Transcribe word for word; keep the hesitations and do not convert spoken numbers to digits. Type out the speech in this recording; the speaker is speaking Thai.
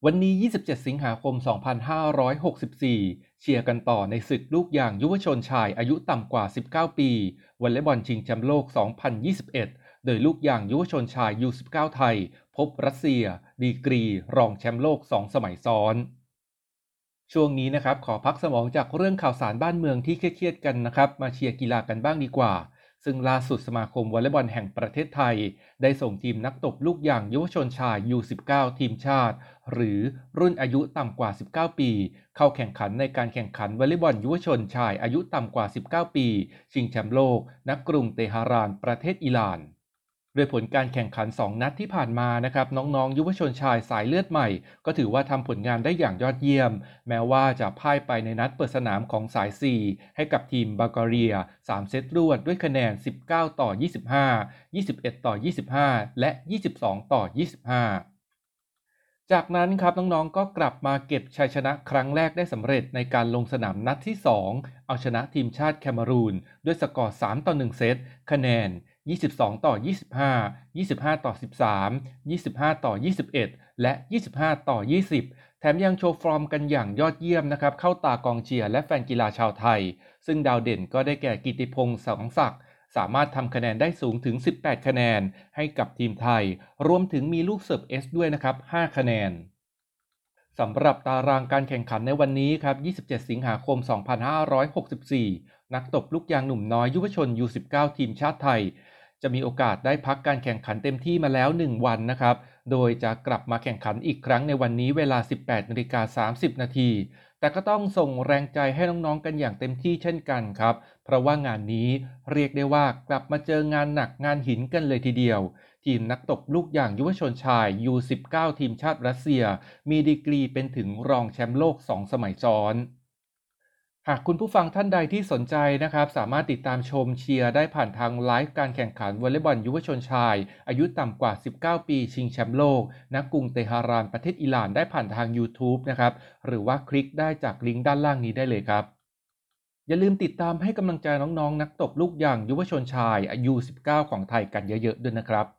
วันนี้ ยี่สิบเจ็ด สิงหาคม สองพันห้าร้อยหกสิบสี่ เชียร์กันต่อในศึกลูกยางยุวชนชายอายุต่ำกว่า สิบเก้า ปีวอลเลย์บอลชิงแชมป์โลก สองพันยี่สิบเอ็ด โดยลูกยางยุวชนชาย ยู สิบเก้า ไทย พบรัสเซีย ดีกรีรองแชมป์โลก สอง สมัยซ้อน ช่วงนี้นะครับขอพักสมองจากเรื่องข่าวสารบ้านเมืองที่เครียดๆกันนะครับมาเชียร์กีฬากันบ้างดีกว่าซึ่งล่าสุดสมาคมวอลเลย์บอลแห่งประเทศไทยได้ส่งทีมนักตบลูกยางยุวชนชาย ยู สิบเก้า ทีมชาติหรือรุ่นอายุต่ำกว่า สิบเก้า ปีเข้าแข่งขันในการแข่งขันวอลเลย์บอลยุวชนชายอายุต่ำกว่า สิบเก้า ปีชิงแชมป์โลกณกรุงเตหะรานประเทศอิหร่านโดยผลการแข่งขันสองนัดที่ผ่านมานะครับน้องๆยุวชนชายสายเลือดใหม่ก็ถือว่าทำผลงานได้อย่างยอดเยี่ยมแม้ว่าจะพ่ายไปในนัดเปิดสนามของสายสี่ให้กับทีมบัลแกเรียสามเซตรวดด้วยคะแนนสิบเก้าต่อยี่สิบห้า ยี่สิบเอ็ดต่อยี่สิบห้าและยี่สิบสองต่อยี่สิบห้าจากนั้นครับน้องๆก็กลับมาเก็บชัยชนะครั้งแรกได้สำเร็จในการลงสนามนัดที่สองเอาชนะทีมชาติแคนารูนด้วยสกอร์สามต่อหนึ่งเซตคะแนนยี่สิบสองต่อยี่สิบห้า ยี่สิบห้าต่อสิบสาม ยี่สิบห้าต่อยี่สิบเอ็ดและยี่สิบห้าต่อยี่สิบแถมยังโชว์ฟอร์มกันอย่างยอดเยี่ยมนะครับเข้าตากองเชียร์และแฟนกีฬาชาวไทยซึ่งดาวเด่นก็ได้แก่กิติพงษ์สังศักดิ์สามารถทำคะแนนได้สูงถึงสิบแปดคะแนนให้กับทีมไทยรวมถึงมีลูกเสิร์ฟเอสด้วยนะครับห้าคะแนนสำหรับตารางการแข่งขันในวันนี้ครับ ยี่สิบเจ็ด สิงหาคม สองพันห้าร้อยหกสิบสี่ นักตบลูกยางหนุ่มน้อยยุวชน ยู สิบเก้า ทีมชาติไทยจะมีโอกาสได้พักการแข่งขันเต็มที่มาแล้วหนึ่งวันนะครับโดยจะกลับมาแข่งขันอีกครั้งในวันนี้เวลา สิบแปดนาฬิกาสามสิบนาทีแต่ก็ต้องส่งแรงใจให้น้องๆกันอย่างเต็มที่เช่นกันครับเพราะว่างานนี้เรียกได้ว่ากลับมาเจองานหนักงานหินกันเลยทีเดียวทีมนักตบลูกยางยุวชนชาย ยู สิบเก้า ทีมชาติรัสเซียมีดีกรีเป็นถึงรองแชมป์โลกสองสมัยซ้อนหากคุณผู้ฟังท่านใดที่สนใจนะครับสามารถติดตามชมเชียร์ได้ผ่านทางไลฟ์การแข่งขันวอลเลย์บอลยุวชนชายอายุต่ำกว่าสิบเก้าปีชิงแชมป์โลกณกรุงเตหะรานประเทศอิหร่านได้ผ่านทาง YouTube นะครับหรือว่าคลิกได้จากลิงก์ด้านล่างนี้ได้เลยครับอย่าลืมติดตามให้กำลังใจน้องๆนักตบลูกยางยุวชนชายอายุสิบเก้าของไทยกันเยอะๆด้วยนะครับ